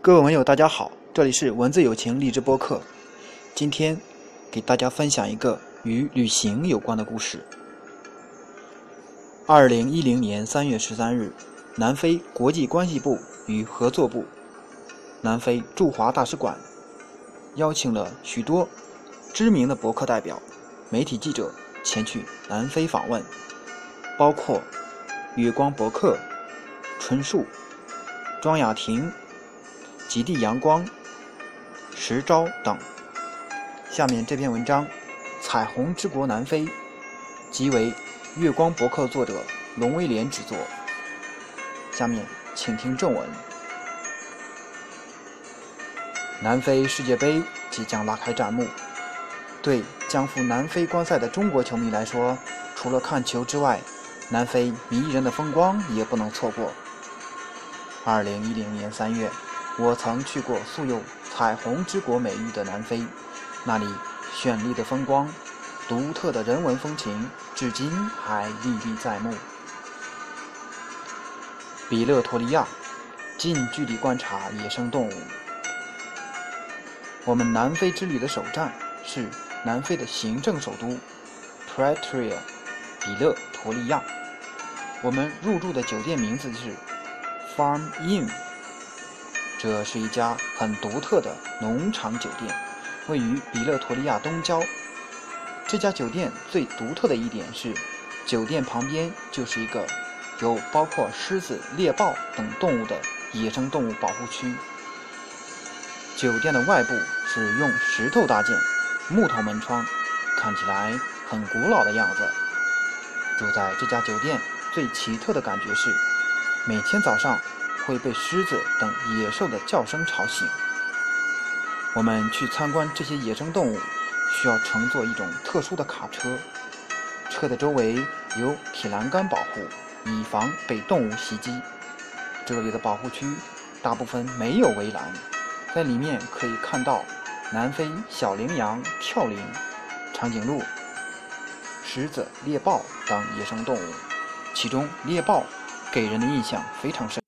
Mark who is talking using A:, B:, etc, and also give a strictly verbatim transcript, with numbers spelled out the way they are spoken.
A: 各位网友大家好，这里是文字有情励志播客。今天给大家分享一个与旅行有关的故事。二零一零年三月十三日，南非国际关系部与合作部、南非驻华大使馆邀请了许多知名的博客代表、媒体记者前去南非访问，包括月光博客、春树、庄雅婷、极地阳光、石昭等。下面这篇文章《彩虹之国南非》即为月光博客作者龙威廉之作。下面请听正文。南非世界杯即将拉开战幕，对将赴南非观赛的中国球迷来说，除了看球之外，南非迷人的风光也不能错过。二零一零年三月，我曾去过素有彩虹之国美誉的南非，那里绚丽的风光、独特的人文风情至今还历历在目。比勒陀利亚，近距离观察野生动物。我们南非之旅的首站是南非的行政首都 Pretoria 比勒陀利亚。我们入住的酒店名字是 Farm Inn， 这是一家很独特的农场酒店，位于比勒陀利亚东郊。这家酒店最独特的一点是，酒店旁边就是一个有包括狮子、猎豹等动物的野生动物保护区。酒店的外部是用石头搭建，木头门窗，看起来很古老的样子。住在这家酒店最奇特的感觉是，每天早上会被狮子等野兽的叫声吵醒。我们去参观这些野生动物，需要乘坐一种特殊的卡车，车的周围有铁栏杆保护，以防被动物袭击。这里的保护区大部分没有围栏，在里面可以看到南非小羚羊、跳羚、长颈鹿、狮子、猎豹等野生动物，其中猎豹给人的印象非常深。